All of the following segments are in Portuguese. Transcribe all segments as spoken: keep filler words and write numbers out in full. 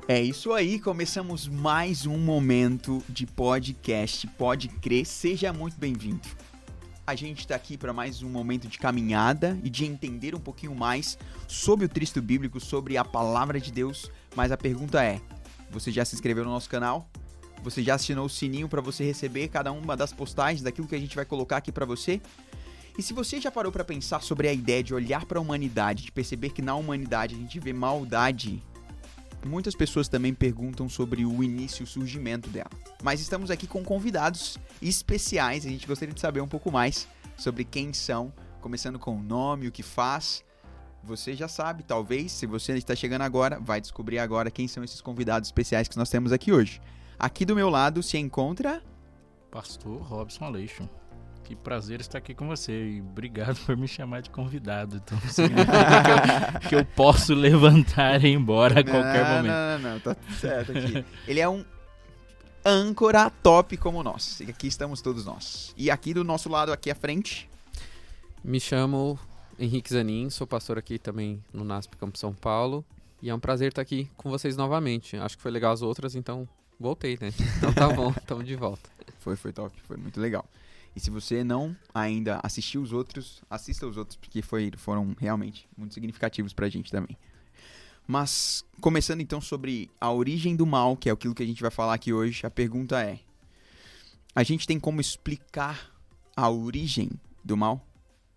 É isso aí, começamos mais um momento de podcast. Pode crer, seja muito bem-vindo. A gente está aqui para mais um momento de caminhada e de entender um pouquinho mais sobre o texto bíblico, sobre a palavra de Deus. Mas a pergunta é, você já se inscreveu no nosso canal? Você já assinou o sininho para você receber cada uma das postagens daquilo que a gente vai colocar aqui para você? E se você já parou para pensar sobre a ideia de olhar para a humanidade, de perceber que na humanidade a gente vê maldade, muitas pessoas também perguntam sobre o início e o surgimento dela. Mas estamos aqui com convidados especiais, a gente gostaria de saber um pouco mais sobre quem são, começando com o nome, o que faz. Você já sabe, talvez, se você está chegando agora, vai descobrir agora quem são esses convidados especiais que nós temos aqui hoje. Aqui do meu lado se encontra... Pastor Robson Aleixo. Que prazer estar aqui com você e obrigado por me chamar de convidado. Então significa que, eu, que eu posso levantar e ir embora a não, qualquer momento. Não, não, não, tá tudo certo aqui. Ele é um âncora top como nós. E aqui estamos todos nós. E aqui do nosso lado, aqui à frente... Me chamo Henrique Zanin, sou pastor aqui também no NASP Campo São Paulo. E é um prazer estar aqui com vocês novamente. Acho que foi legal as outras, então voltei, né? Então tá bom, estamos de volta. Foi, foi top, foi muito legal. E se você não ainda assistiu os outros, assista os outros, porque foi, foram realmente muito significativos pra gente também. Mas, começando então sobre a origem do mal, que é aquilo que a gente vai falar aqui hoje, a pergunta é, a gente tem como explicar a origem do mal?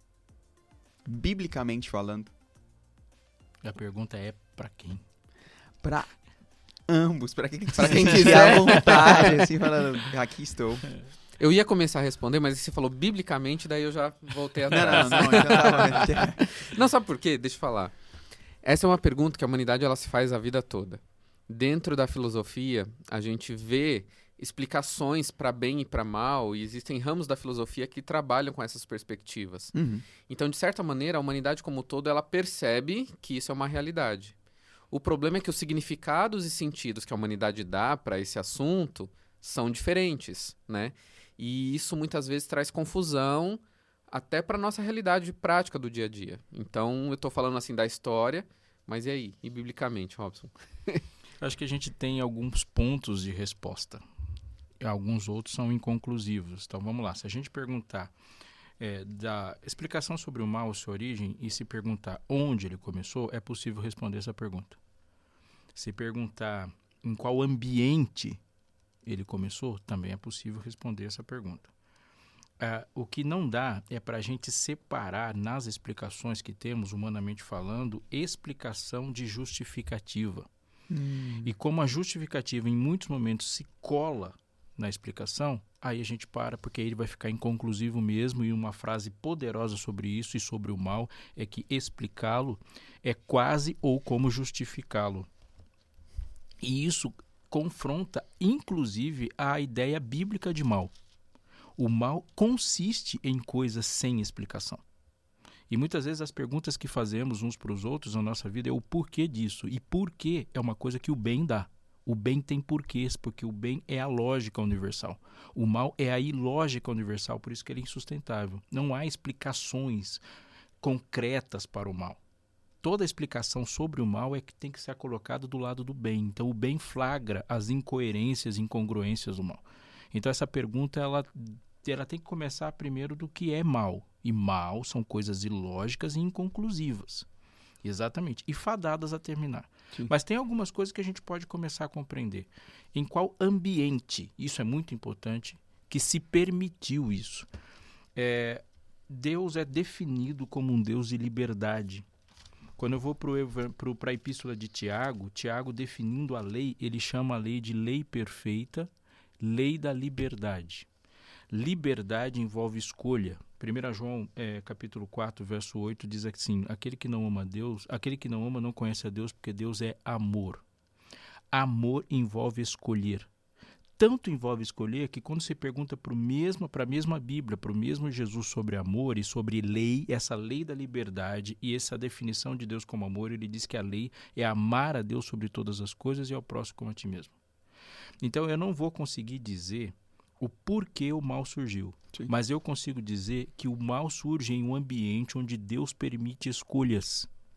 Biblicamente falando? A pergunta é pra quem? Pra ambos, pra quem, pra quem quiser à vontade, assim, falando, aqui estou. Eu ia começar a responder, mas você falou biblicamente, daí eu já voltei atrás. Não, não, não, então tá bom. Não, sabe por quê? Deixa eu falar. Essa é uma pergunta que a humanidade ela se faz a vida toda. Dentro da filosofia, a gente vê explicações para bem e para mal, e existem ramos da filosofia que trabalham com essas perspectivas. Uhum. Então, de certa maneira, a humanidade como um todo, ela percebe que isso é uma realidade. O problema é que os significados e sentidos que a humanidade dá para esse assunto são diferentes, né? E isso muitas vezes traz confusão até para a nossa realidade prática do dia a dia. Então, eu estou falando assim da história, mas e aí? E biblicamente, Robson? Acho que a gente tem alguns pontos de resposta. Alguns outros são inconclusivos. Então, vamos lá. Se a gente perguntar é, da explicação sobre o mal, sua origem, e se perguntar onde ele começou, é possível responder essa pergunta. Se perguntar em qual ambiente ele começou, também é possível responder essa pergunta. Uh, o que não dá é para a gente separar nas explicações que temos, humanamente falando, explicação de justificativa. Hum. E como a justificativa em muitos momentos se cola na explicação, aí a gente para, porque aí ele vai ficar inconclusivo mesmo, e uma frase poderosa sobre isso e sobre o mal é que explicá-lo é quase ou como justificá-lo. E isso confronta, inclusive, a ideia bíblica de mal. O mal consiste em coisas sem explicação. E muitas vezes as perguntas que fazemos uns para os outros na nossa vida é o porquê disso. E porquê é uma coisa que o bem dá. O bem tem porquês, porque o bem é a lógica universal. O mal é a ilógica universal, por isso que ele é insustentável. Não há explicações concretas para o mal. Toda explicação sobre o mal é que tem que ser colocada do lado do bem. Então, o bem flagra as incoerências e incongruências do mal. Então, essa pergunta ela, ela tem que começar primeiro do que é mal. E mal são coisas ilógicas e inconclusivas. Exatamente. E fadadas a terminar. Sim. Mas tem algumas coisas que a gente pode começar a compreender. Em qual ambiente, isso é muito importante, que se permitiu isso. É, Deus é definido como um Deus de liberdade. Quando eu vou para a epístola de Tiago, Tiago definindo a lei, ele chama a lei de lei perfeita, lei da liberdade. Liberdade envolve escolha. primeiro João, é, capítulo quatro, verso oito, diz assim, aquele que não ama Deus, aquele que não ama não conhece a Deus, porque Deus é amor. Amor envolve escolher. Tanto envolve escolher que quando você pergunta para a mesma Bíblia, para o mesmo Jesus sobre amor e sobre lei, essa lei da liberdade e essa definição de Deus como amor, ele diz que a lei é amar a Deus sobre todas as coisas e ao próximo como a ti mesmo. Então eu não vou conseguir dizer o porquê o mal surgiu, Sim. mas eu consigo dizer que o mal surge em um ambiente onde Deus permite escolhas.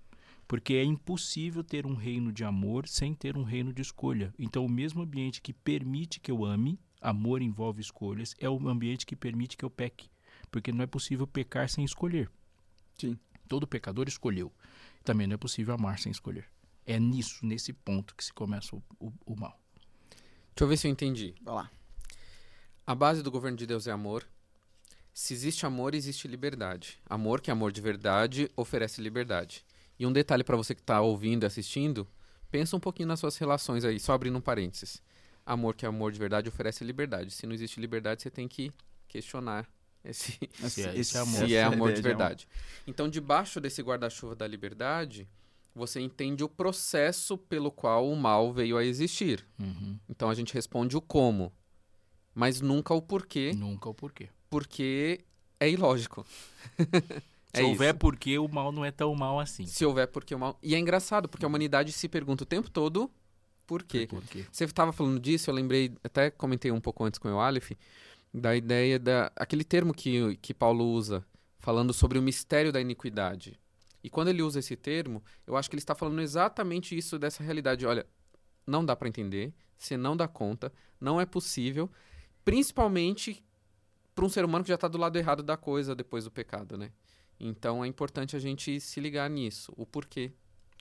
Porque é impossível ter um reino de amor sem ter um reino de escolha. Então, o mesmo ambiente que permite que eu ame, amor envolve escolhas, é o ambiente que permite que eu peque. Porque não é possível pecar sem escolher. Sim. Todo pecador escolheu. Também não é possível amar sem escolher. É nisso, nesse ponto, que se começa o, o, o mal. Deixa eu ver se eu entendi. Vai lá. A base do governo de Deus é amor. Se existe amor, existe liberdade. Amor, que é amor de verdade, oferece liberdade. E um detalhe para você que está ouvindo e assistindo, pensa um pouquinho nas suas relações aí, só abrindo um parênteses. Amor, que é amor de verdade, oferece liberdade. Se não existe liberdade, você tem que questionar esse, Se é, Esse esse é amor. se é Essa amor ideia de de verdade. Então, debaixo desse guarda-chuva da liberdade, você entende o processo pelo qual o mal veio a existir. Uhum. Então, a gente responde o como, mas nunca o porquê, Nunca o porquê. porque é ilógico. Se É houver isso. porquê, o mal não é tão mal assim. Se houver porque o mal... E é engraçado, porque a humanidade se pergunta o tempo todo por quê. Por quê? Você estava falando disso, eu lembrei, até comentei um pouco antes com o Aleph, da ideia da... Aquele termo que, que Paulo usa, falando sobre o mistério da iniquidade. E quando ele usa esse termo, eu acho que ele está falando exatamente isso dessa realidade. Olha, não dá para entender, você não dá conta, não é possível, principalmente para um ser humano que já está do lado errado da coisa depois do pecado, né? Então é importante a gente se ligar nisso, o porquê.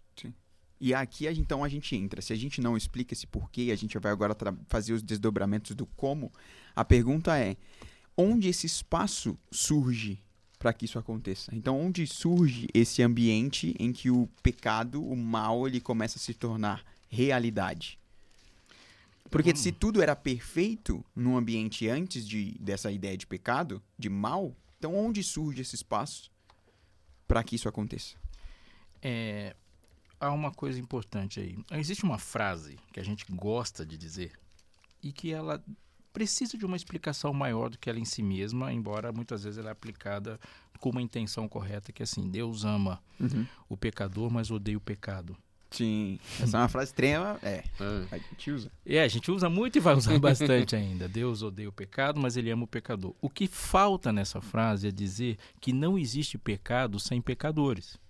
E aqui, a- então, a gente entra. Se a gente não explica esse porquê, a gente vai agora tra- fazer os desdobramentos do como. A pergunta é, onde esse espaço surge para que isso aconteça? Então, onde surge esse ambiente em que o pecado, o mal, ele começa a se tornar realidade? Porque se tudo era perfeito num ambiente antes de, dessa ideia de pecado, de mal, então onde surge esse espaço para que isso aconteça? É, há uma coisa importante aí. Existe uma frase que a gente gosta de dizer e que ela precisa de uma explicação maior do que ela em si mesma, embora muitas vezes ela é aplicada com uma intenção correta, que é assim, Deus ama o pecador, mas odeia o pecado. Sim, essa é uma frase extrema, é, a gente usa. É, a gente usa muito e vai usar bastante ainda. Deus odeia o pecado, mas ele ama o pecador. O que falta nessa frase é dizer que não existe pecado sem pecadores.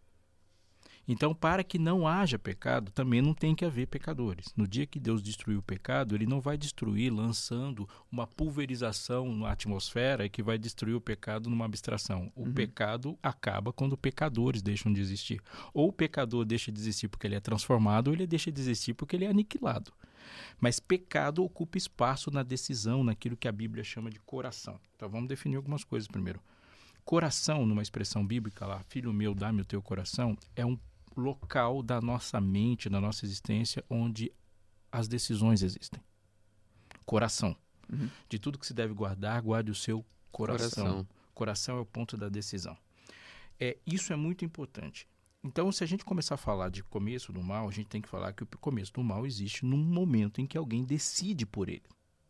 Então, para que não haja pecado, também não tem que haver pecadores. No dia que Deus destruiu o pecado, ele não vai destruir lançando uma pulverização na atmosfera que vai destruir o pecado numa abstração. O Uhum. pecado acaba quando pecadores deixam de existir. Ou o pecador deixa de existir porque ele é transformado, ou ele deixa de existir porque ele é aniquilado. Mas pecado ocupa espaço na decisão, naquilo que a Bíblia chama de coração. Então vamos definir algumas coisas primeiro. Coração, numa expressão bíblica lá, filho meu, dá-me o teu coração, é um local da nossa mente, da nossa existência, onde as decisões existem. Coração. Uhum. De tudo que se deve guardar, guarde o seu coração. Coração. Coração é o ponto da decisão. É, isso é muito importante. Então, se a gente começar a falar de começo do mal, a gente tem que falar que o começo do mal existe num momento em que alguém decide por ele.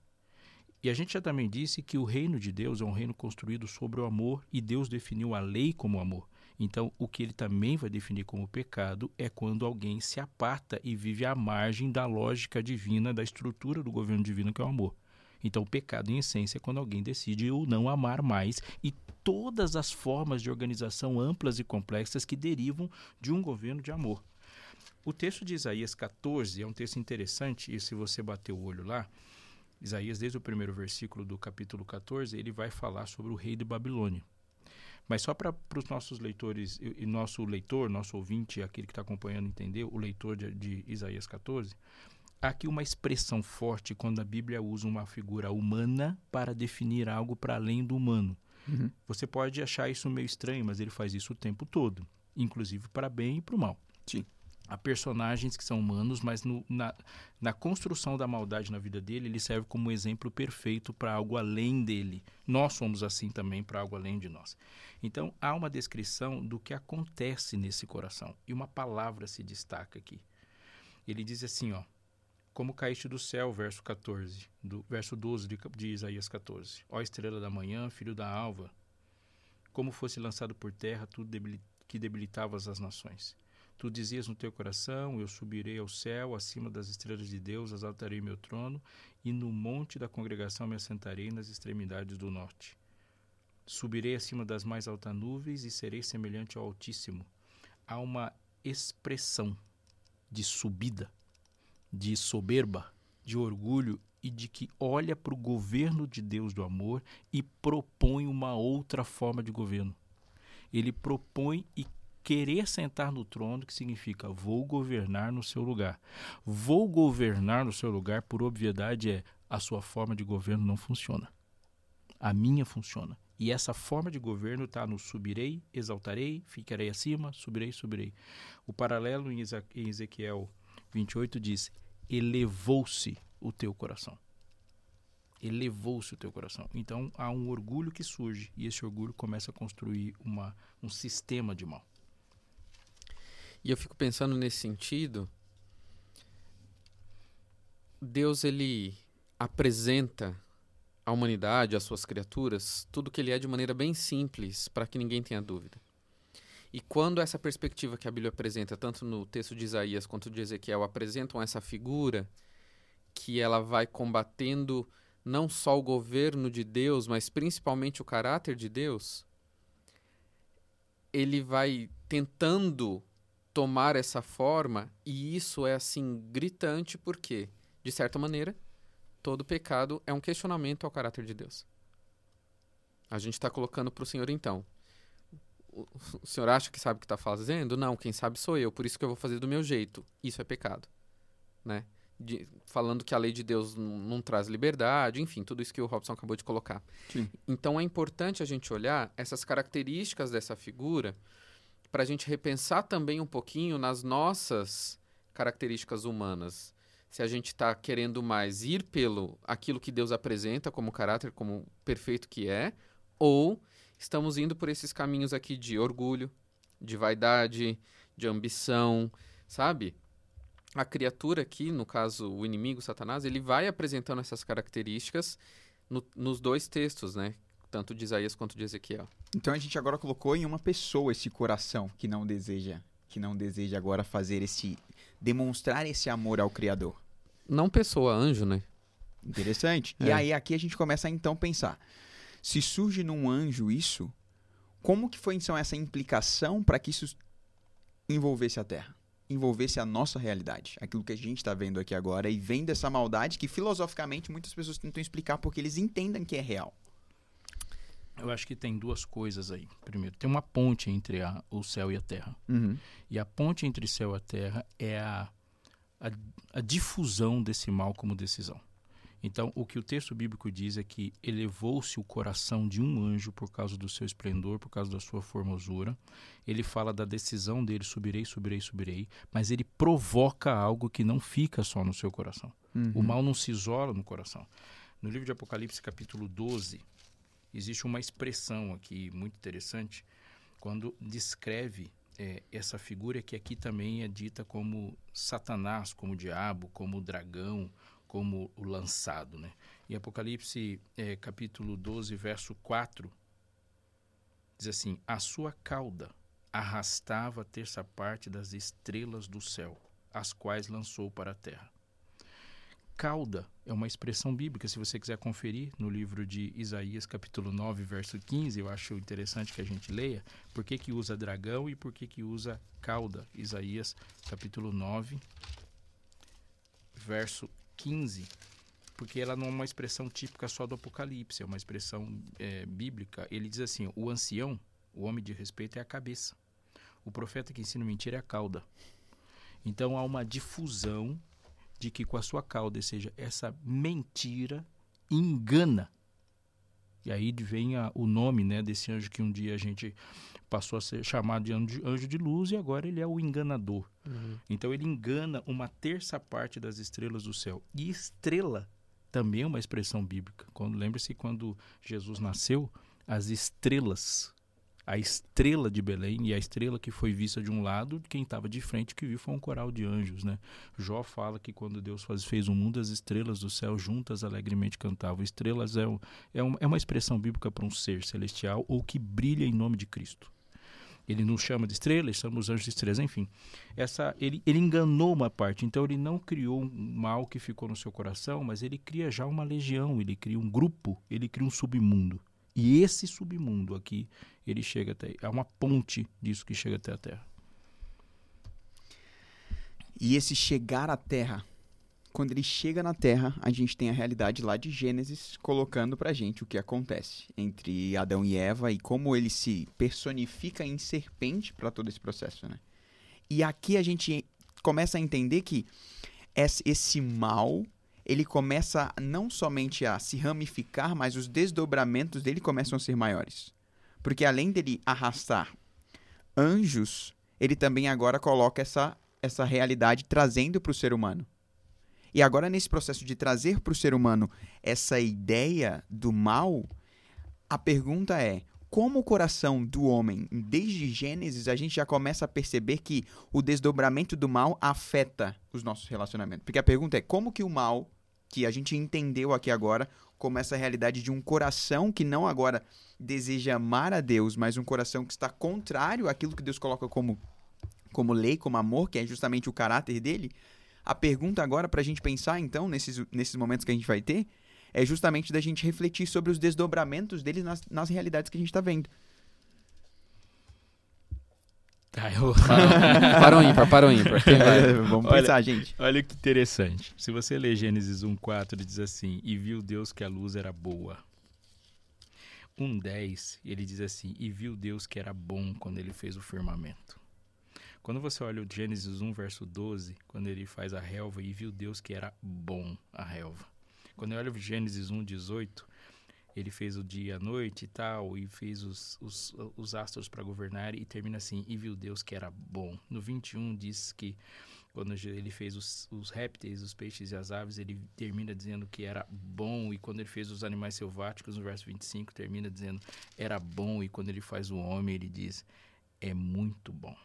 E a gente já também disse que o reino de Deus é um reino construído sobre o amor e Deus definiu a lei como amor. Então, o que ele também vai definir como pecado é quando alguém se aparta e vive à margem da lógica divina, da estrutura do governo divino que é o amor. Então, o pecado, em essência, é quando alguém decide ou não amar mais e todas as formas de organização amplas e complexas que derivam de um governo de amor. O texto de Isaías catorze é um texto interessante, e se você bater o olho lá, Isaías, desde o primeiro versículo do capítulo catorze, ele vai falar sobre o rei de Babilônia. Mas só para os nossos leitores, e, e nosso leitor, nosso ouvinte, aquele que está acompanhando entender, o leitor de, de Isaías catorze, há aqui uma expressão forte quando a Bíblia usa uma figura humana para definir algo para além do humano. Uhum. Você pode achar isso meio estranho, mas ele faz isso o tempo todo, inclusive para bem e para o mal. Sim. Há personagens que são humanos, mas no, na, na construção da maldade na vida dele, ele serve como exemplo perfeito para algo além dele. Nós somos assim também para algo além de nós. Então, há uma descrição do que acontece nesse coração. E uma palavra se destaca aqui. Ele diz assim, ó, como caíste do céu, verso catorze, do, verso doze de, de Isaías catorze. Ó estrela da manhã, filho da alva, como fosse lançado por terra, tu debil, que debilitavas as nações. Tu dizias no teu coração, eu subirei ao céu, acima das estrelas de Deus, exaltarei meu trono, e no monte da congregação me assentarei nas extremidades do norte. Subirei acima das mais altas nuvens e serei semelhante ao Altíssimo. Há uma expressão de subida, de soberba, de orgulho e de que olha para o governo de Deus do amor e propõe uma outra forma de governo. Ele propõe e querer sentar no trono, que significa vou governar no seu lugar. Vou governar no seu lugar, por obviedade, é a sua forma de governo não funciona. A minha funciona. E essa forma de governo está no subirei, exaltarei, ficarei acima, subirei, subirei. O paralelo em Ezequiel vinte e oito diz, elevou-se o teu coração. Elevou-se o teu coração. Então, há um orgulho que surge e esse orgulho começa a construir uma, um sistema de mal. E eu fico pensando nesse sentido, Deus, ele apresenta à humanidade, às suas criaturas, tudo que ele é de maneira bem simples, para que ninguém tenha dúvida. E quando essa perspectiva que a Bíblia apresenta, tanto no texto de Isaías quanto de Ezequiel, apresentam essa figura que ela vai combatendo não só o governo de Deus, mas principalmente o caráter de Deus, ele vai tentando tomar essa forma, e isso é assim gritante porque, de certa maneira, todo pecado é um questionamento ao caráter de Deus. A gente está colocando para o Senhor então, o, o Senhor acha que sabe o que está fazendo? Não, quem sabe sou eu, por isso que eu vou fazer do meu jeito. Isso é pecado, né? De, falando que a lei de Deus não, não traz liberdade, enfim, tudo isso que o Robson acabou de colocar. Sim. Então é importante a gente olhar essas características dessa figura para a gente repensar também um pouquinho nas nossas características humanas. Se a gente está querendo mais ir pelo aquilo que Deus apresenta como caráter, como perfeito que é, ou estamos indo por esses caminhos aqui de orgulho, de vaidade, de ambição, sabe? A criatura aqui, no caso o inimigo, Satanás, ele vai apresentando essas características no, nos dois textos, né? Tanto de Isaías quanto de Ezequiel. Então a gente agora colocou em uma pessoa esse coração que não deseja, que não deseja agora fazer esse, demonstrar esse amor ao Criador. Não pessoa, anjo, né? Interessante. É. E aí aqui a gente começa a então pensar, se surge num anjo isso, como que foi então essa implicação para que isso envolvesse a Terra? Envolvesse a nossa realidade, aquilo que a gente está vendo aqui agora, e vem dessa maldade que filosoficamente muitas pessoas tentam explicar porque eles entendem que é real. Eu acho que tem duas coisas aí. Primeiro, tem uma ponte entre a, o céu e a terra. Uhum. E a ponte entre céu e a terra é a, a, a difusão desse mal como decisão. Então, o que o texto bíblico diz é que elevou-se o coração de um anjo por causa do seu esplendor, por causa da sua formosura. Ele fala da decisão dele, subirei, subirei, subirei, mas ele provoca algo que não fica só no seu coração. Uhum. O mal não se isola no coração. No livro de Apocalipse, capítulo doze, existe uma expressão aqui muito interessante, quando descreve é, essa figura que aqui também é dita como Satanás, como o diabo, como o dragão, como o lançado, né? Em Apocalipse, é, capítulo doze, verso quatro, diz assim, a sua cauda arrastava a terça parte das estrelas do céu, as quais lançou para a terra. Cauda é uma expressão bíblica, se você quiser conferir no livro de Isaías, capítulo nove, verso quinze, eu acho interessante que a gente leia, por que que usa dragão e por que que usa cauda. Isaías, capítulo nove, verso quinze, porque ela não é uma expressão típica só do Apocalipse, é uma expressão é, bíblica. Ele diz assim, o ancião, o homem de respeito, é a cabeça. O profeta que ensina mentira é a cauda. Então há uma difusão de que com a sua cauda, ou seja, essa mentira engana. E aí vem a, o nome, né, desse anjo que um dia a gente passou a ser chamado de anjo, anjo de luz, e agora ele é o enganador. Uhum. Então ele engana uma terça parte das estrelas do céu. E estrela também é uma expressão bíblica. Quando, lembre-se quando Jesus nasceu, as estrelas, a estrela de Belém e a estrela que foi vista de um lado, quem estava de frente que viu foi um coral de anjos, né? Jó fala que quando Deus faz, fez o mundo, as estrelas do céu juntas alegremente cantavam. Estrelas é, um, é, um, é uma expressão bíblica para um ser celestial ou que brilha em nome de Cristo. Ele nos chama de estrelas, chamamos os anjos de estrelas, enfim. Essa, ele, ele enganou uma parte, então ele não criou um mal que ficou no seu coração, mas ele cria já uma legião, ele cria um grupo, ele cria um submundo. E esse submundo aqui, ele chega até... É uma ponte disso que chega até a Terra. E esse chegar à Terra, quando ele chega na Terra, a gente tem a realidade lá de Gênesis colocando pra gente o que acontece entre Adão e Eva e como ele se personifica em serpente para todo esse processo, né? E aqui a gente começa a entender que esse mal, ele começa não somente a se ramificar, mas os desdobramentos dele começam a ser maiores. Porque além dele arrastar anjos, ele também agora coloca essa, essa realidade trazendo para o ser humano. E agora, nesse processo de trazer para o ser humano essa ideia do mal, a pergunta é, como o coração do homem, desde Gênesis, a gente já começa a perceber que o desdobramento do mal afeta os nossos relacionamentos? Porque a pergunta é, como que o mal, que a gente entendeu aqui agora, como essa realidade de um coração que não agora deseja amar a Deus, mas um coração que está contrário àquilo que Deus coloca como, como lei, como amor, que é justamente o caráter dele. A pergunta agora para a gente pensar, então, nesses, nesses momentos que a gente vai ter, é justamente da gente refletir sobre os desdobramentos deles nas, nas realidades que a gente está vendo. Tá, eu... Para o ímpar, para o ímpar. Quem vai? Vamos Olha, pensar, gente. Olha que interessante. Se você ler Gênesis um, quatro, diz assim, e viu Deus que a luz era boa. um, dez, ele diz assim, e viu Deus que era bom quando ele fez o firmamento. Quando você olha o Gênesis um, verso doze, quando ele faz a relva, e viu Deus que era bom a relva. Quando eu olho o Gênesis um, dezoito, ele fez o dia e a noite e tal, e fez os, os, os astros para governar, e termina assim, e viu Deus que era bom. No vinte e um diz que quando ele fez os, os répteis, os peixes e as aves, ele termina dizendo que era bom, e quando ele fez os animais selváticos, no verso vinte e cinco, termina dizendo era bom, e quando ele faz o homem, ele diz é muito bom.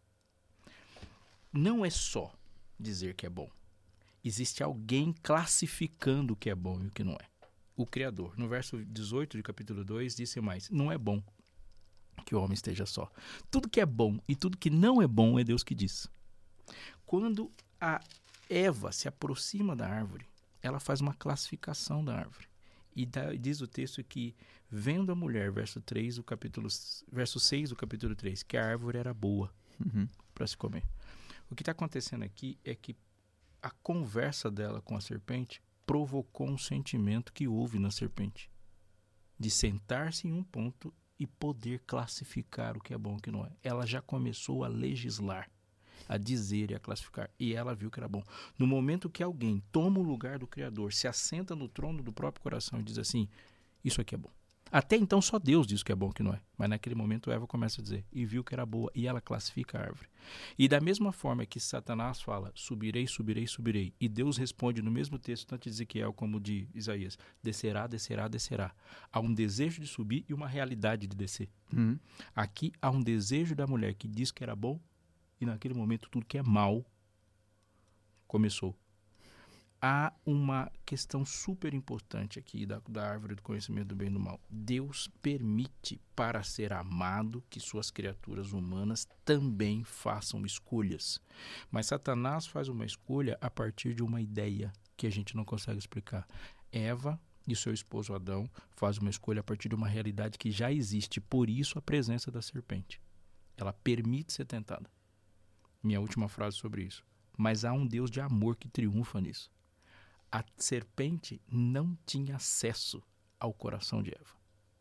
Não é só dizer que é bom. Existe alguém classificando o que é bom e o que não é. O Criador. No verso dezoito do capítulo dois, disse mais, não é bom que o homem esteja só. Tudo que é bom e tudo que não é bom é Deus que diz. Quando a Eva se aproxima da árvore, ela faz uma classificação da árvore. E dá, diz o texto que, vendo a mulher, verso, três, do capítulo, verso seis do capítulo três, que a árvore era boa Uhum. para se comer. O que está acontecendo aqui é que a conversa dela com a serpente provocou um sentimento que houve na serpente, de sentar-se em um ponto e poder classificar o que é bom e o que não é. Ela já começou a legislar, a dizer e a classificar, e ela viu que era bom. No momento que alguém toma o lugar do Criador, se assenta no trono do próprio coração e diz assim, isso aqui é bom. Até então só Deus diz o que é bom e o que não é. Mas naquele momento Eva começa a dizer, e viu que era boa, e ela classifica a árvore. E da mesma forma que Satanás fala, subirei, subirei, subirei, e Deus responde no mesmo texto, tanto de Ezequiel como de Isaías, descerá, descerá, descerá. Há um desejo de subir e uma realidade de descer. Uhum. Aqui há um desejo da mulher que diz que era bom, e naquele momento tudo que é mal começou. Há uma questão super importante aqui da, da árvore do conhecimento do bem e do mal. Deus permite, para ser amado, que suas criaturas humanas também façam escolhas. Mas Satanás faz uma escolha a partir de uma ideia que a gente não consegue explicar. Eva e seu esposo Adão fazem uma escolha a partir de uma realidade que já existe. Por isso a presença da serpente. Ela permite ser tentada. Minha última frase sobre isso. Mas há um Deus de amor que triunfa nisso. A serpente não tinha acesso ao coração de Eva.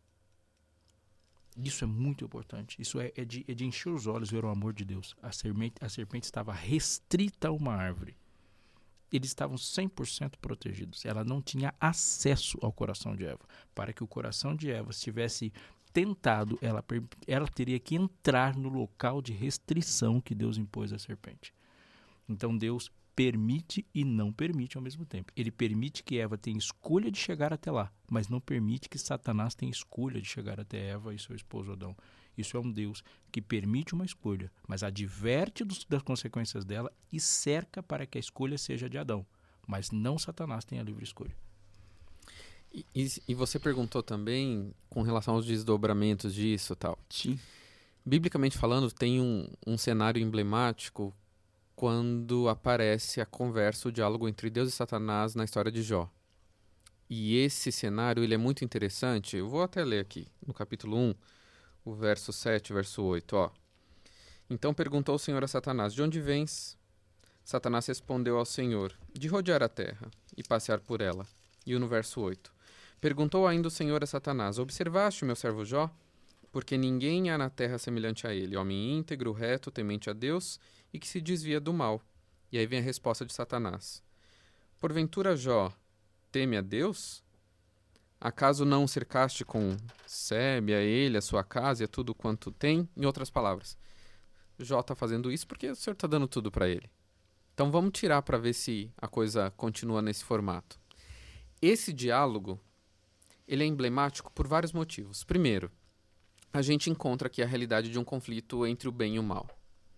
Isso é muito importante. Isso é, é, de, é de encher os olhos ver o amor de Deus. A serpente, a serpente estava restrita a uma árvore. Eles estavam cem por cento protegidos. Ela não tinha acesso ao coração de Eva. Para que o coração de Eva estivesse tentado, ela, ela teria que entrar no local de restrição que Deus impôs à serpente. Então Deus permite e não permite ao mesmo tempo. Ele permite que Eva tenha escolha de chegar até lá, mas não permite que Satanás tenha escolha de chegar até Eva e seu esposo Adão. Isso é um Deus que permite uma escolha, mas adverte dos, das consequências dela e cerca para que a escolha seja de Adão, mas não Satanás tenha livre escolha. E, e, e você perguntou também com relação aos desdobramentos disso e tal. Sim. Biblicamente falando, tem um, um cenário emblemático quando aparece a conversa, o diálogo entre Deus e Satanás na história de Jó. E esse cenário ele é muito interessante. Eu vou até ler aqui, no capítulo um, o verso sete, verso oito. Ó. Então perguntou o Senhor a Satanás, de onde vens? Satanás respondeu ao Senhor, de rodear a terra e passear por ela. E no verso oito. Perguntou ainda o Senhor a Satanás, observaste o meu servo Jó? Porque ninguém há na terra semelhante a ele, homem íntegro, reto, temente a Deus e que se desvia do mal. E aí vem a resposta de Satanás. Porventura Jó teme a Deus? Acaso não cercaste com sebe a ele, a sua casa e a tudo quanto tem? Em outras palavras, Jó está fazendo isso porque o Senhor está dando tudo para ele. Então vamos tirar para ver se a coisa continua nesse formato. Esse diálogo, ele é emblemático por vários motivos. Primeiro, a gente encontra aqui a realidade de um conflito entre o bem e o mal.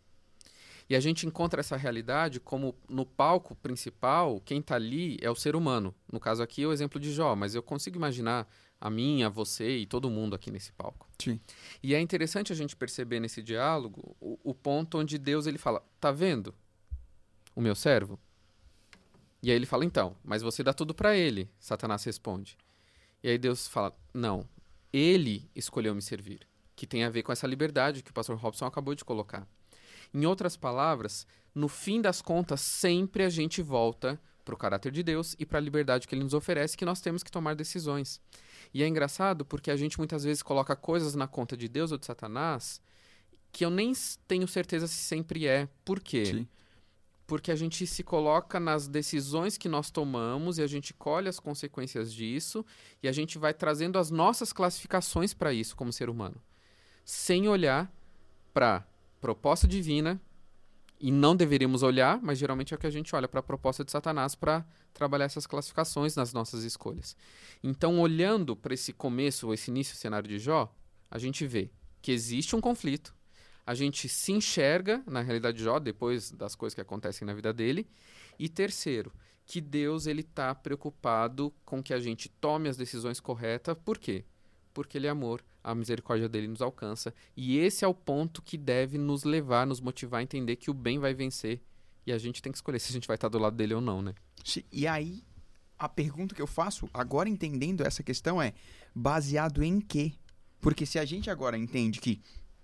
E a gente encontra essa realidade como no palco principal, quem está ali é o ser humano. No caso aqui é o exemplo de Jó, mas eu consigo imaginar a mim, a você e todo mundo aqui nesse palco. Sim. E é interessante a gente perceber nesse diálogo o, o ponto onde Deus ele fala, tá vendo o meu servo? E aí ele fala, então, mas você dá tudo para ele, Satanás responde. E aí Deus fala, não, ele escolheu me servir, que tem a ver com essa liberdade que o pastor Robson acabou de colocar. Em outras palavras, no fim das contas, sempre a gente volta para o caráter de Deus e para a liberdade que ele nos oferece, que nós temos que tomar decisões. E é engraçado porque a gente muitas vezes coloca coisas na conta de Deus ou de Satanás que eu nem tenho certeza se sempre é. Por quê? Sim. Porque a gente se coloca nas decisões que nós tomamos e a gente colhe as consequências disso e a gente vai trazendo as nossas classificações para isso como ser humano, sem olhar para proposta divina, e não deveríamos olhar, mas geralmente é o que a gente olha para a proposta de Satanás para trabalhar essas classificações nas nossas escolhas. Então, olhando para esse começo, esse início do cenário de Jó, a gente vê que existe um conflito, a gente se enxerga na realidade de Jó, depois das coisas que acontecem na vida dele, e terceiro, que Deus ele está preocupado com que a gente tome as decisões corretas, por quê? Porque ele é amor, a misericórdia dele nos alcança. E esse é o ponto que deve nos levar, nos motivar a entender que o bem vai vencer. E a gente tem que escolher se a gente vai estar do lado dele ou não, né? E aí, a pergunta que eu faço, agora entendendo essa questão, é baseado em quê? Porque se a gente agora entende que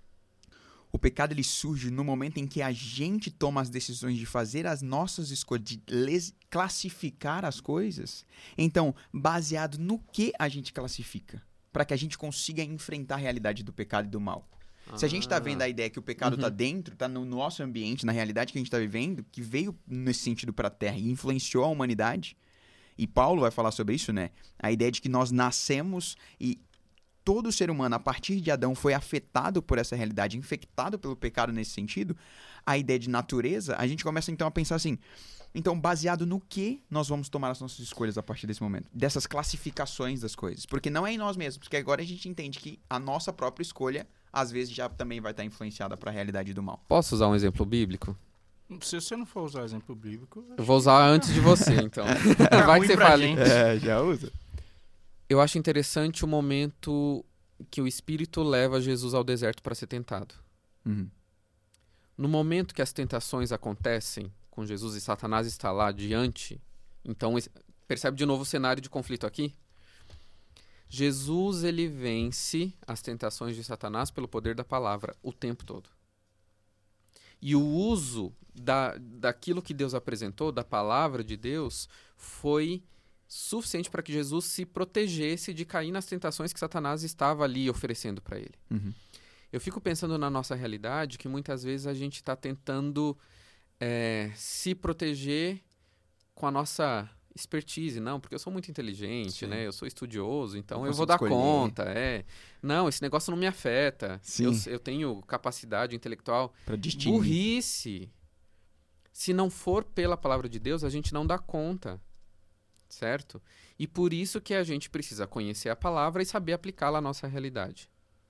o pecado ele surge no momento em que a gente toma as decisões de fazer as nossas escolhas, de classificar as coisas, então, baseado no que a gente classifica? Para que a gente consiga enfrentar a realidade do pecado e do mal. Ah. Se a gente está vendo a ideia que o pecado está uhum. dentro, está no nosso ambiente, na realidade que a gente está vivendo, que veio nesse sentido para a Terra e influenciou a humanidade, e Paulo vai falar sobre isso, né? A ideia de que nós nascemos e todo ser humano, a partir de Adão, foi afetado por essa realidade, infectado pelo pecado nesse sentido, a ideia de natureza, a gente começa então a pensar assim, então baseado no que nós vamos tomar as nossas escolhas a partir desse momento? Dessas classificações das coisas. Porque não é em nós mesmos, porque agora a gente entende que a nossa própria escolha, às vezes, já também vai estar influenciada para a realidade do mal. Posso usar um exemplo bíblico? Se você não for usar exemplo bíblico... Eu vou usar antes de você, então. Vai que você fale. É, já usa. Eu acho interessante o momento que o Espírito leva Jesus ao deserto para ser tentado. Uhum. No momento que as tentações acontecem com Jesus e Satanás está lá diante, então percebe de novo o cenário de conflito aqui? Jesus ele vence as tentações de Satanás pelo poder da palavra o tempo todo. E o uso da, daquilo que Deus apresentou, da palavra de Deus, foi suficiente para que Jesus se protegesse de cair nas tentações que Satanás estava ali oferecendo para ele. Uhum. Eu fico pensando na nossa realidade que muitas vezes a gente está tentando é, se proteger com a nossa expertise. Não, porque eu sou muito inteligente, Sim. né? Eu sou estudioso, então eu, eu vou dar escolher. conta. É. Não, esse negócio não me afeta. Eu, eu tenho capacidade intelectual. Para distinguir. Burrice. Se não for pela palavra de Deus, a gente não dá conta. Certo? E por isso que a gente precisa conhecer a palavra e saber aplicá-la à nossa realidade.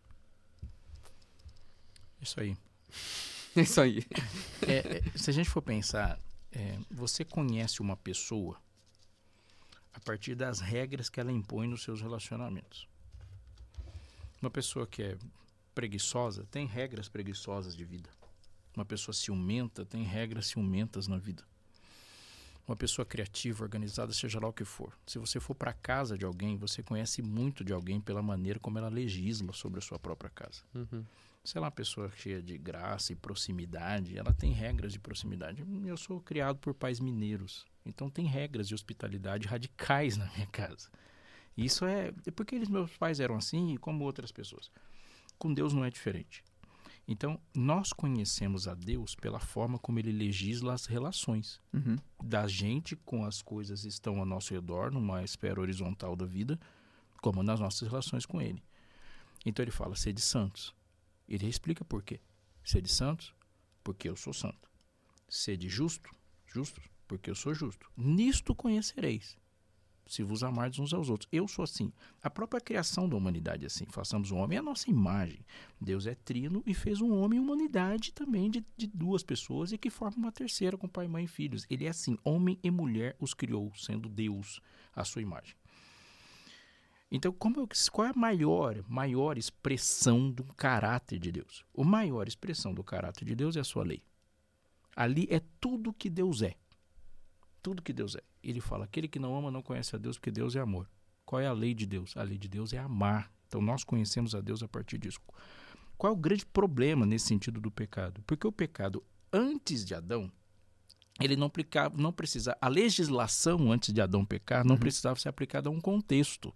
Isso aí. Isso aí. É, é, se a gente for pensar, é, você conhece uma pessoa a partir das regras que ela impõe nos seus relacionamentos. Uma pessoa que é preguiçosa tem regras preguiçosas de vida. Uma pessoa ciumenta tem regras ciumentas na vida. uma pessoa criativa, organizada, seja lá o que for. Se você for para a casa de alguém, você conhece muito de alguém pela maneira como ela legisla sobre a sua própria casa. Uhum. Se ela é uma pessoa cheia de graça e proximidade, ela tem regras de proximidade. Eu sou criado por pais mineiros, então tem regras de hospitalidade radicais na minha casa. Isso é, é porque eles, meus pais eram assim, como outras pessoas. Com Deus não é diferente. Então, nós conhecemos a Deus pela forma como ele legisla as relações. Uhum. Da gente com as coisas que estão ao nosso redor, numa esfera horizontal da vida, como nas nossas relações com ele. Então ele fala, sede santos. Ele explica por quê. Sede santos, porque eu sou santo. Sede justo, justos, porque eu sou justo. Nisto conhecereis, se vos amardes uns aos outros. Eu sou assim. A própria criação da humanidade é assim. Façamos o homem à nossa imagem. Deus é trino e fez um homem e humanidade também de, de duas pessoas e que forma uma terceira com pai, mãe e filhos. Ele é assim. Homem e mulher os criou, sendo Deus a sua imagem. Então, como eu, qual é a maior, maior expressão do caráter de Deus? A maior expressão do caráter de Deus é a sua lei. Ali é tudo que Deus é. Tudo que Deus é. Ele fala, aquele que não ama não conhece a Deus, porque Deus é amor. Qual é a lei de Deus? A lei de Deus é amar. Então, nós conhecemos a Deus a partir disso. Qual é o grande problema nesse sentido do pecado? Porque o pecado, antes de Adão, ele não, aplicava, não precisava... A legislação antes de Adão pecar não uhum. precisava ser aplicada a um contexto.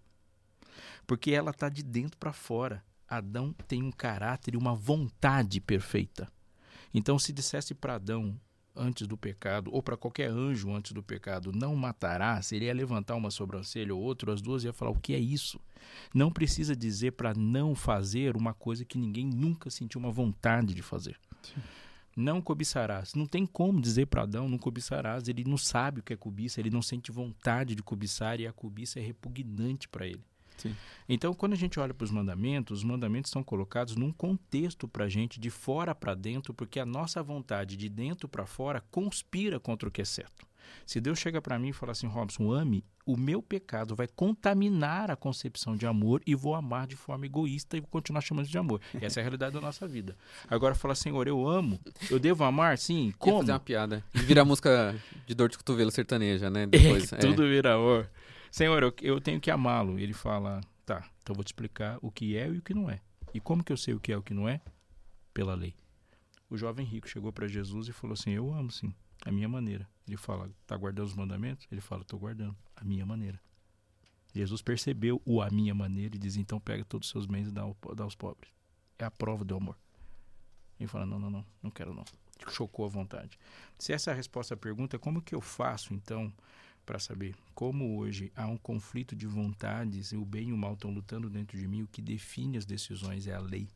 Porque ela está de dentro para fora. Adão tem um caráter e uma vontade perfeita. Então, se dissesse para Adão, antes do pecado, ou para qualquer anjo antes do pecado, não matarás, ele ia levantar uma sobrancelha ou outra, as duas iam falar, o que é isso? Não precisa dizer para não fazer uma coisa que ninguém nunca sentiu uma vontade de fazer. Sim. Não cobiçarás. Não tem como dizer para Adão, não cobiçarás. Ele não sabe o que é cobiça, ele não sente vontade de cobiçar e a cobiça é repugnante para ele. Sim. Então, quando a gente olha para os mandamentos, os mandamentos são colocados num contexto para a gente, de fora para dentro, porque a nossa vontade de dentro para fora conspira contra o que é certo. Se Deus chega para mim e fala assim, Robson, ame, o meu pecado vai contaminar a concepção de amor e vou amar de forma egoísta e vou continuar chamando de amor. Essa é a realidade da nossa vida. Agora fala, Senhor, eu amo, eu devo amar? Sim, como? Ia fazer uma piada. Vira a música de dor de cotovelo sertaneja, né? Depois, é, tudo é. vira amor. Senhor, eu, eu tenho que amá-lo. Ele fala, tá, então eu vou te explicar o que é e o que não é. E como que eu sei o que é e o que não é? Pela lei. O jovem rico chegou para Jesus e falou assim, eu amo sim, a minha maneira. Ele fala, tá guardando os mandamentos? Ele fala, tô guardando, a minha maneira. Jesus percebeu o a minha maneira e diz, então pega todos os seus bens e dá, dá aos pobres. É a prova do amor. Ele fala, não, não, não, não quero não. Chocou a vontade. Se essa é a resposta à pergunta, como que eu faço então para saber como hoje há um conflito de vontades e o bem e o mal estão lutando dentro de mim? O que define as decisões é a lei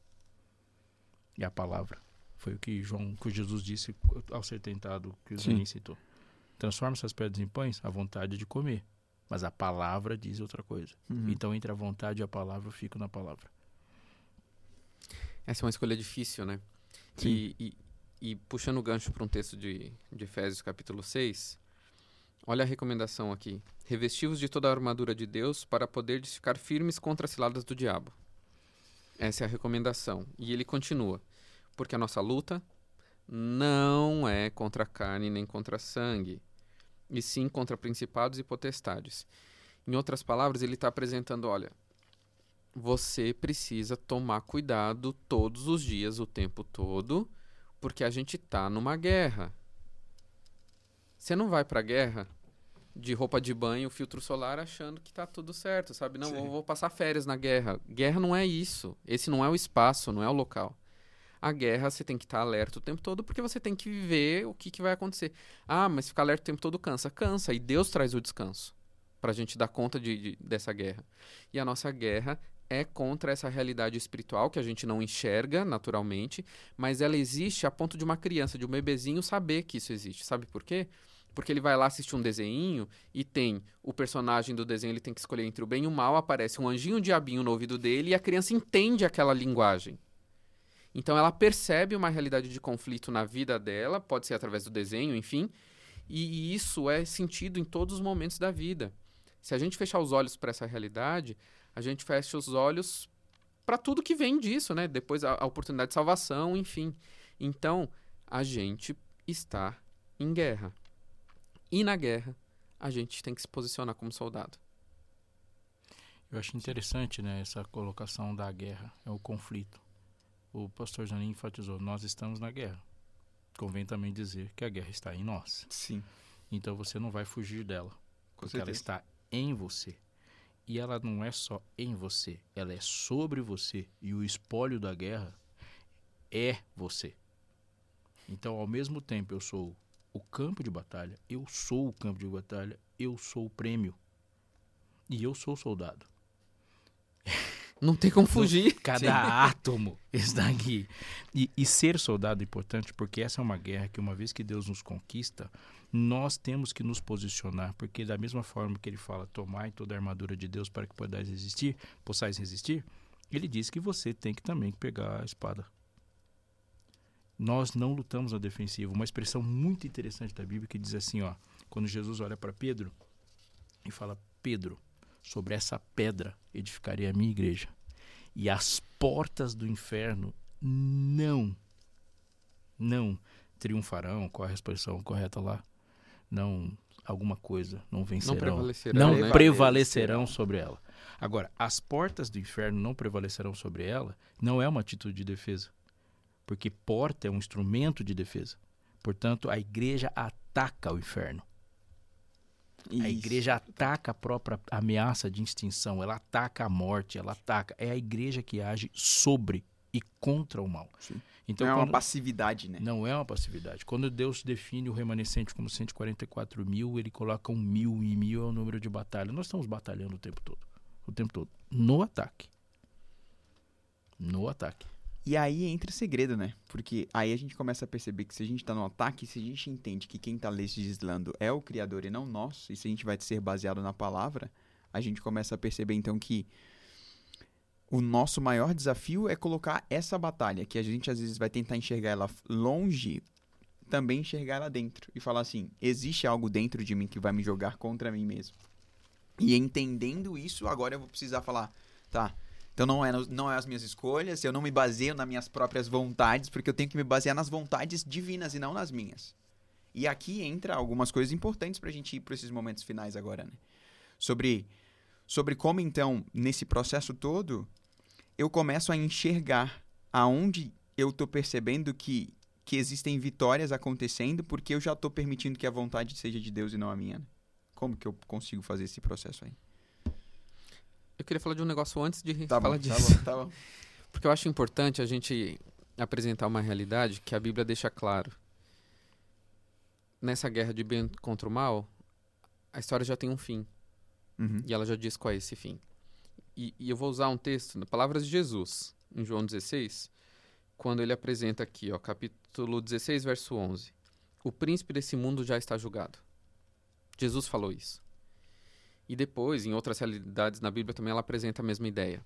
e a palavra. Foi o que João, que Jesus disse ao ser tentado, que o Zanin citou. Transforma essas pedras em pães, a vontade de comer. Mas a palavra diz outra coisa. Uhum. Então, entre a vontade e a palavra, eu fico na palavra. Essa é uma escolha difícil, né? E, e, e puxando o gancho para um texto de, de Efésios, capítulo seis, olha a recomendação aqui. Revesti-vos de toda a armadura de Deus para poderdes ficar firmes contra as ciladas do diabo. Essa é a recomendação. E ele continua. Porque a nossa luta não é contra a carne nem contra sangue, e sim contra principados e potestades. Em outras palavras, ele está apresentando, olha, você precisa tomar cuidado todos os dias, o tempo todo, porque a gente está numa guerra. Você não vai para a guerra de roupa de banho, filtro solar, achando que está tudo certo, sabe? Não, eu vou passar férias na guerra. Guerra não é isso. Esse não é o espaço, não é o local. A guerra você tem que estar alerta o tempo todo porque você tem que viver o que, que vai acontecer. Ah, mas ficar alerta o tempo todo cansa. Cansa. E Deus traz o descanso para a gente dar conta de, de, dessa guerra. E a nossa guerra é contra essa realidade espiritual que a gente não enxerga naturalmente, mas ela existe a ponto de uma criança, de um bebezinho saber que isso existe. Sabe por quê? Porque ele vai lá assistir um desenho e tem o personagem do desenho, ele tem que escolher entre o bem e o mal, aparece um anjinho, um diabinho no ouvido dele e a criança entende aquela linguagem. Então ela percebe uma realidade de conflito na vida dela, pode ser através do desenho, enfim, e isso é sentido em todos os momentos da vida. Se a gente fechar os olhos para essa realidade, a gente fecha os olhos para tudo que vem disso, né? Depois a, a oportunidade de salvação, enfim. Então, a gente está em guerra. e na guerra, a gente tem que se posicionar como soldado. Eu acho interessante, né, essa colocação da guerra, é o conflito. O pastor Zanin enfatizou, nós estamos na guerra. Convém também dizer que a guerra está em nós. Sim. Então você não vai fugir dela, Com porque ela certeza. está em você. E ela não é só em você, ela é sobre você. E o espólio da guerra é você. Então, ao mesmo tempo, eu sou o campo de batalha, eu sou o campo de batalha, eu sou o prêmio. E eu sou o soldado. Não tem como fugir. Cada átomo está aqui. E, e ser soldado é importante porque essa é uma guerra que, uma vez que Deus nos conquista, nós temos que nos posicionar, porque da mesma forma que ele fala, tomai toda a armadura de Deus para que possais resistir, possais resistir, ele diz que você tem que também pegar a espada. Nós não lutamos na defensiva. Uma expressão muito interessante da Bíblia que diz assim, ó, quando Jesus olha para Pedro e fala, Pedro, sobre essa pedra edificarei a minha igreja, e as portas do inferno não, não triunfarão, qual é a expressão correta lá? Não, alguma coisa, não vencerão. Não prevalecerão, Não né? prevalecerão prevalecerão sobre ela. Agora, as portas do inferno não prevalecerão sobre ela, não é uma atitude de defesa. Porque porta é um instrumento de defesa. Portanto, a igreja ataca o inferno. A Isso. igreja ataca a própria ameaça de extinção, ela ataca a morte, ela ataca. É a igreja que age sobre e contra o mal. Sim. Então, Não é uma quando- passividade, né? não é uma passividade. Quando Deus define o remanescente como cento e quarenta e quatro mil, ele coloca um mil, e mil é o número de batalha. Nós estamos batalhando o tempo todo. O tempo todo. No ataque. No ataque. E aí entra o segredo, né? Porque aí a gente começa a perceber que se a gente tá no ataque, se a gente entende que quem tá legislando é o Criador e não nós, e se a gente vai ser baseado na palavra, a gente começa a perceber então que o nosso maior desafio é colocar essa batalha, que a gente às vezes vai tentar enxergar ela longe, também enxergar ela dentro. E falar assim, existe algo dentro de mim que vai me jogar contra mim mesmo. E entendendo isso, agora eu vou precisar falar, tá... Então não é, não é as minhas escolhas, eu não me baseio nas minhas próprias vontades, porque eu tenho que me basear nas vontades divinas e não nas minhas. E aqui entra algumas coisas importantes pra gente ir para esses momentos finais agora, né? Sobre, sobre como então, nesse processo todo, eu começo a enxergar aonde eu tô percebendo que, que existem vitórias acontecendo, porque eu já tô permitindo que a vontade seja de Deus e não a minha, né? Como que eu consigo fazer esse processo aí? Eu queria falar de um negócio antes de Tá falar bom, disso. tá bom, tá bom. Porque eu acho importante a gente apresentar uma realidade que a Bíblia deixa claro. Nessa guerra de bem contra o mal, a história já tem um fim. Uhum. E ela já diz qual é esse fim. E, e eu vou usar um texto, na palavras de Jesus, em João dezesseis, quando ele apresenta aqui, ó, capítulo dezesseis, verso onze. O príncipe desse mundo já está julgado. Jesus falou isso. E depois, em outras realidades na Bíblia, também ela apresenta a mesma ideia.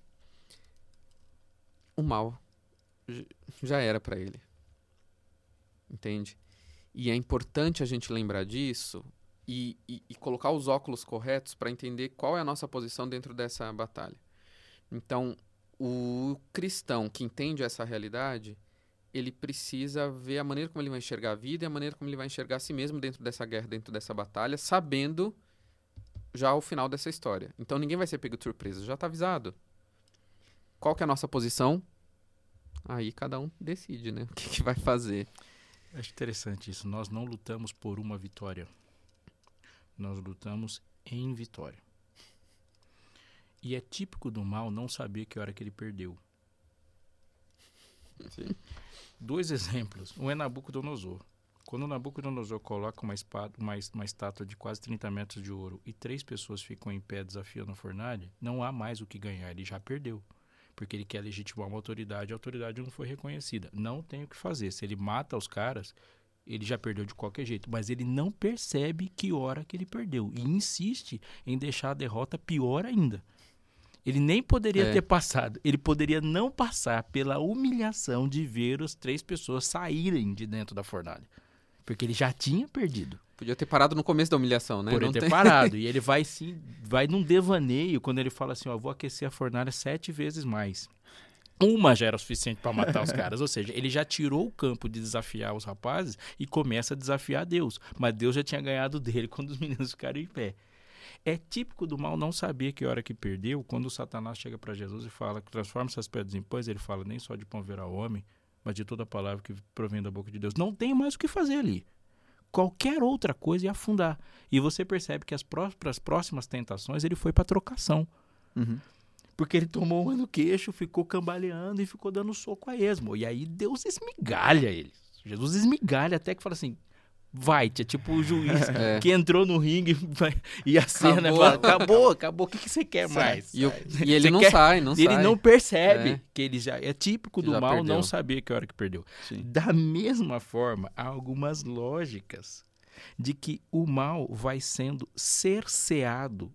O mal j- já era para ele. Entende? E é importante a gente lembrar disso e, e, e colocar os óculos corretos para entender qual é a nossa posição dentro dessa batalha. Então, o cristão que entende essa realidade, ele precisa ver a maneira como ele vai enxergar a vida e a maneira como ele vai enxergar a si mesmo dentro dessa guerra, dentro dessa batalha, sabendo já o final dessa história. Então ninguém vai ser pego de surpresa, já está avisado. Qual que é a nossa posição? Aí cada um decide, né? O que, que vai fazer. Acho interessante isso. Nós não lutamos por uma vitória. Nós lutamos em vitória. E é típico do mal não saber que hora que ele perdeu. Sim. Dois exemplos. Um é Nabucodonosor. Quando Nabucodonosor coloca uma, espada, uma, uma estátua de quase trinta metros de ouro e três pessoas ficam em pé desafiando a fornalha, não há mais o que ganhar, ele já perdeu. Porque ele quer legitimar uma autoridade, a autoridade não foi reconhecida. Não tem o que fazer. Se ele mata os caras, ele já perdeu de qualquer jeito. Mas ele não percebe que hora que ele perdeu. E insiste em deixar a derrota pior ainda. Ele nem poderia É. ter passado. Ele poderia não passar pela humilhação de ver as três pessoas saírem de dentro da fornalha. Porque ele já tinha perdido. Podia ter parado no começo da humilhação, né? Poderia Não ter tem- parado. E ele vai sim, vai num devaneio quando ele fala assim, ó, vou aquecer a fornalha sete vezes mais. Uma já era o suficiente para matar os caras. Ou seja, ele já tirou o campo de desafiar os rapazes e começa a desafiar Deus. Mas Deus já tinha ganhado dele quando os meninos ficaram em pé. É típico do mal não saber que hora que perdeu. Quando o Satanás chega para Jesus e fala que transforma essas pedras em pães, ele fala nem só de pão verá o homem, mas de toda a palavra que provém da boca de Deus. Não tem mais o que fazer ali. Qualquer outra coisa ia afundar. E você percebe que as próprias próximas tentações ele foi para trocação. Uhum. Porque ele tomou uma no queixo, ficou cambaleando e ficou dando soco a esmo. E aí Deus esmigalha ele. Jesus esmigalha até que fala assim, vai, é tipo o juiz É. que entrou no ringue vai, e a cena Acabou. fala, acabou, acabou, o que, que você quer mais? E, o- e ele Você não quer- sai, não Ele sai. não percebe É. que ele já... É típico Que do já mal perdeu. não saber que hora que perdeu. Sim. Da mesma forma, há algumas lógicas de que o mal vai sendo cerceado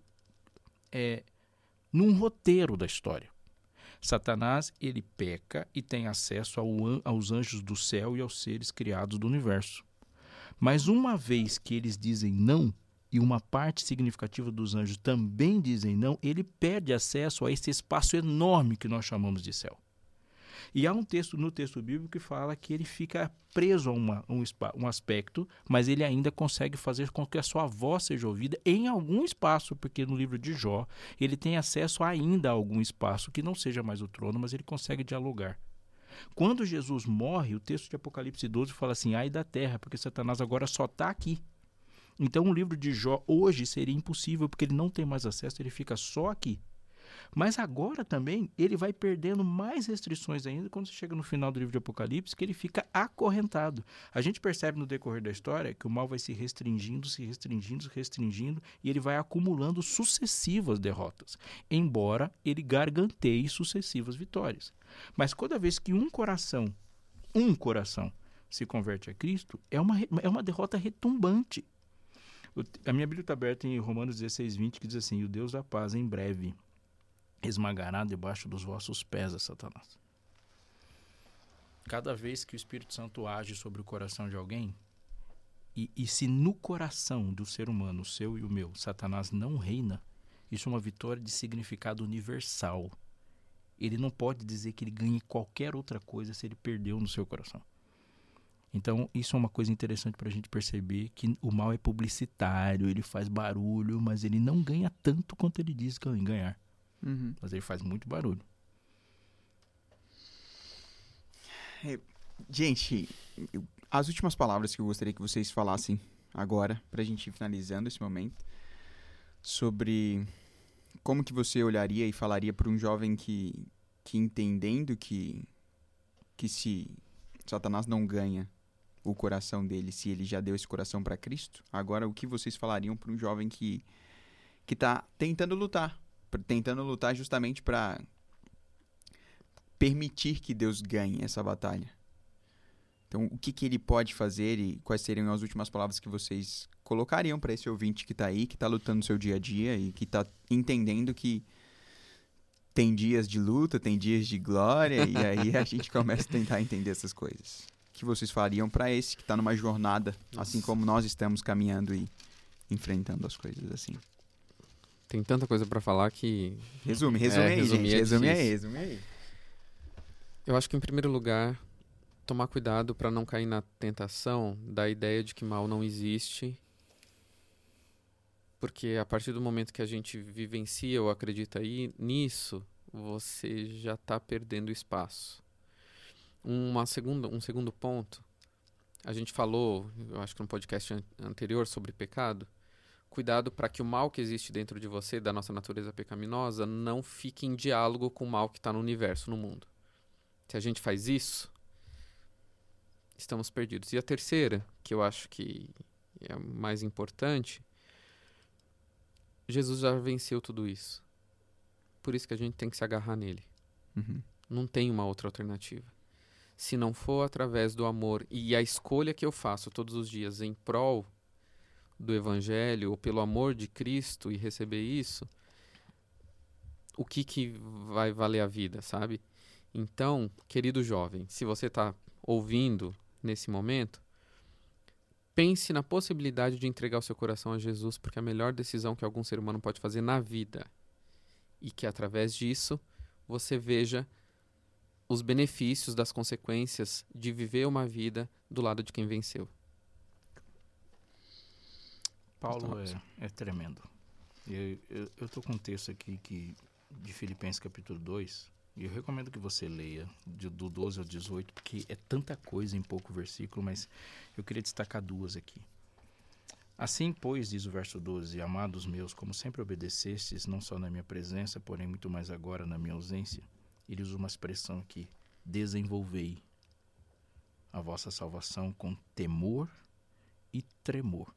é, num roteiro da história. Satanás, ele peca e tem acesso ao an- aos anjos do céu e aos seres criados do universo. Mas uma vez que eles dizem não, e uma parte significativa dos anjos também dizem não, ele perde acesso a esse espaço enorme que nós chamamos de céu. E há um texto no texto bíblico que fala que ele fica preso a uma, um, espa- um aspecto, mas ele ainda consegue fazer com que a sua voz seja ouvida em algum espaço, porque no livro de Jó ele tem acesso ainda a algum espaço que não seja mais o trono, mas ele consegue dialogar. Quando Jesus morre, o texto de Apocalipse doze fala assim, ai da terra, porque Satanás agora só está aqui. Então o livro de Jó hoje seria impossível, porque ele não tem mais acesso, ele fica só aqui. Mas agora também ele vai perdendo mais restrições ainda quando você chega no final do livro de Apocalipse, que ele fica acorrentado. A gente percebe no decorrer da história que o mal vai se restringindo, se restringindo, se restringindo, e ele vai acumulando sucessivas derrotas, embora ele garganteie sucessivas vitórias. Mas toda vez que um coração, um coração, se converte a Cristo, é uma, é uma derrota retumbante. O- A minha Bíblia está aberta em Romanos dezesseis, vinte, que diz assim, e o Deus da paz em breve esmagará debaixo dos vossos pés a Satanás. Cada vez que o Espírito Santo age sobre o coração de alguém, e, e se no coração do ser humano, o seu e o meu, Satanás não reina, isso é uma vitória de significado universal. Ele não pode dizer que ele ganhe qualquer outra coisa se ele perdeu no seu coração. Então, isso é uma coisa interessante para a gente perceber que o mal é publicitário, ele faz barulho, mas ele não ganha tanto quanto ele diz ganhar. Uhum. Mas ele faz muito barulho. Gente, eu- as últimas palavras que eu gostaria que vocês falassem agora, pra gente ir finalizando esse momento, sobre como que você olharia e falaria para um jovem que, que entendendo que, que se Satanás não ganha o coração dele, se ele já deu esse coração para Cristo, agora o que vocês falariam para um jovem que que tá tentando lutar, pra- tentando lutar justamente para permitir que Deus ganhe essa batalha? Então, o que, que ele pode fazer e quais seriam as últimas palavras que vocês colocariam para esse ouvinte que está aí, que está lutando no seu dia a dia e que está entendendo que tem dias de luta, tem dias de glória, e aí a gente começa a tentar entender essas coisas. O que vocês falariam para esse que está numa jornada, assim Nossa. como nós estamos caminhando e enfrentando as coisas assim? Tem tanta coisa pra falar que Resume, resume É, aí, resumir gente. é Resume aí, difícil. resume aí. eu acho que, em primeiro lugar, tomar cuidado para não cair na tentação da ideia de que mal não existe. Porque a partir do momento que a gente vivencia ou acredita aí nisso, você já está perdendo espaço. Uma segunda, um segundo ponto, a gente falou, eu acho que no podcast an- anterior sobre pecado, cuidado para que o mal que existe dentro de você, da nossa natureza pecaminosa, não fique em diálogo com o mal que está no universo, no mundo. Se a gente faz isso, estamos perdidos. E a terceira, que eu acho que é a mais importante, Jesus já venceu tudo isso. Por isso que a gente tem que se agarrar nele. Uhum. Não tem uma outra alternativa. Se não for através do amor e a escolha que eu faço todos os dias em prol do Evangelho ou pelo amor de Cristo e receber isso, o que, que vai valer a vida, sabe? Então, querido jovem, se você está ouvindo nesse momento, pense na possibilidade de entregar o seu coração a Jesus, porque é a melhor decisão que algum ser humano pode fazer na vida. E que através disso você veja os benefícios das consequências de viver uma vida do lado de quem venceu. Paulo é, é tremendo. Eu, eu, eu tô com um texto aqui que, de Filipenses capítulo dois, e eu recomendo que você leia de, do doze ao dezoito, porque é tanta coisa em pouco versículo, mas eu queria destacar duas aqui. Assim, pois, diz o verso doze, amados meus, como sempre obedecestes, não só na minha presença, porém muito mais agora na minha ausência, ele usa uma expressão aqui, desenvolvei a vossa salvação com temor e tremor.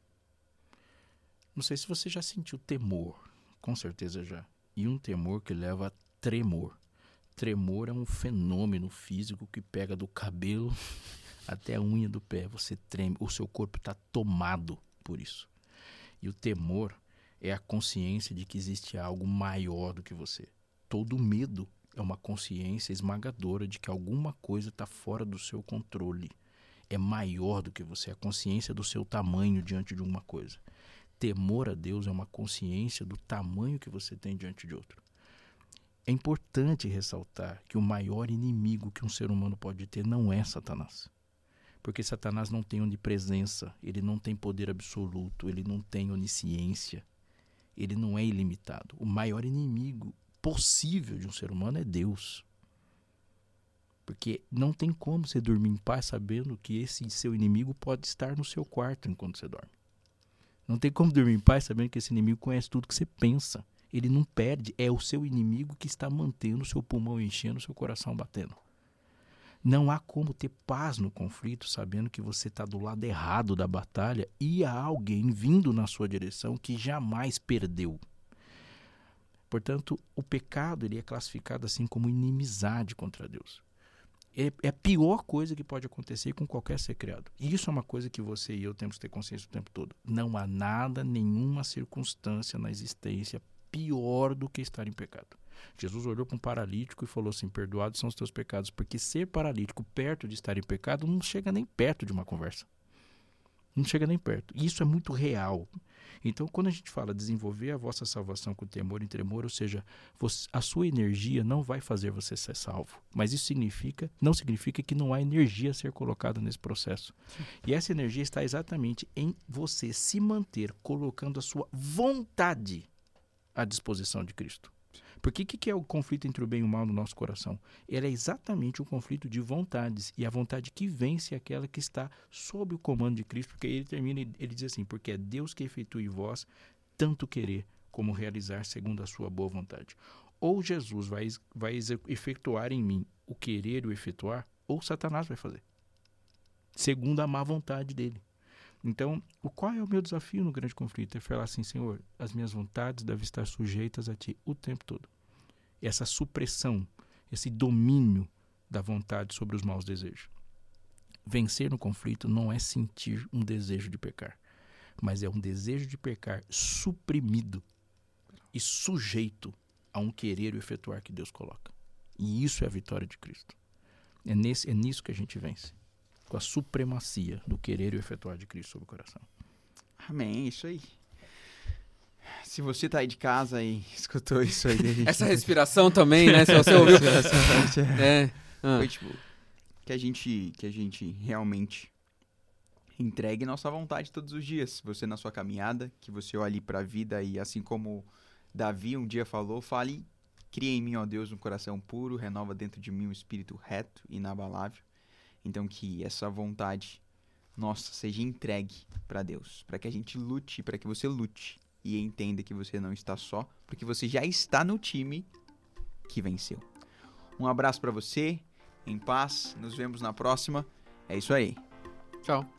Não sei se você já sentiu temor, com certeza já, e um temor que leva a tremor. Tremor é um fenômeno físico que pega do cabelo até a unha do pé, você treme, o seu corpo está tomado por isso. E o temor é a consciência de que existe algo maior do que você. Todo medo é uma consciência esmagadora de que alguma coisa está fora do seu controle. É maior do que você, a consciência do seu tamanho diante de uma coisa. Temor a Deus é uma consciência do tamanho que você tem diante de outro. É importante ressaltar que o maior inimigo que um ser humano pode ter não é Satanás. Porque Satanás não tem onipresença, ele não tem poder absoluto, ele não tem onisciência, ele não é ilimitado. O maior inimigo possível de um ser humano é Deus. Porque não tem como você dormir em paz sabendo que esse seu inimigo pode estar no seu quarto enquanto você dorme. Não tem como dormir em paz sabendo que esse inimigo conhece tudo que você pensa. Ele não perde, é o seu inimigo que está mantendo o seu pulmão enchendo, o seu coração batendo. Não há como ter paz no conflito sabendo que você está do lado errado da batalha e há alguém vindo na sua direção que jamais perdeu. Portanto, o pecado ele é classificado assim como inimizade contra Deus. É, é a pior coisa que pode acontecer com qualquer ser criado. E isso é uma coisa que você e eu temos que ter consciência o tempo todo. Não há nada, nenhuma circunstância na existência pior do que estar em pecado. Jesus olhou para um paralítico e falou assim, perdoados são os teus pecados, porque ser paralítico perto de estar em pecado não chega nem perto de uma conversa. Não chega nem perto. E isso é muito real. Então, quando a gente fala desenvolver a vossa salvação com temor e tremor, ou seja, você, a sua energia não vai fazer você ser salvo. Mas isso significa, não significa que não há energia a ser colocada nesse processo. Sim. E essa energia está exatamente em você se manter colocando a sua vontade à disposição de Cristo. Porque o que, que é o conflito entre o bem e o mal no nosso coração? Ele é exatamente um conflito de vontades. E a vontade que vence é aquela que está sob o comando de Cristo. Porque ele termina, ele diz assim, porque é Deus que efetua em vós tanto querer como realizar segundo a sua boa vontade. Ou Jesus vai, vai efetuar em mim o querer e o efetuar, ou Satanás vai fazer. Segundo a má vontade dele. Então, o qual é o meu desafio no grande conflito? É falar assim, Senhor, as minhas vontades devem estar sujeitas a Ti o tempo todo. Essa supressão, esse domínio da vontade sobre os maus desejos. Vencer no conflito não é sentir um desejo de pecar, mas é um desejo de pecar suprimido e sujeito a um querer e efetuar que Deus coloca. E isso é a vitória de Cristo. É, nesse, é nisso que a gente vence. Com a supremacia do querer e o efetuar de Cristo sobre o coração. Amém, isso aí. Se você tá aí de casa e escutou isso aí... Gente... Essa respiração também, né? Se você ouviu... é. Ah. Foi tipo, que a gente, que a gente realmente entregue nossa vontade todos os dias. Você na sua caminhada, que você olhe pra vida e assim como Davi um dia falou, fale, cria em mim, ó Deus, um coração puro, renova dentro de mim um espírito reto e inabalável. Então que essa vontade nossa seja entregue para Deus, para que a gente lute, para que você lute e entenda que você não está só, porque você já está no time que venceu. Um abraço para você, em paz, nos vemos na próxima. É isso aí. Tchau.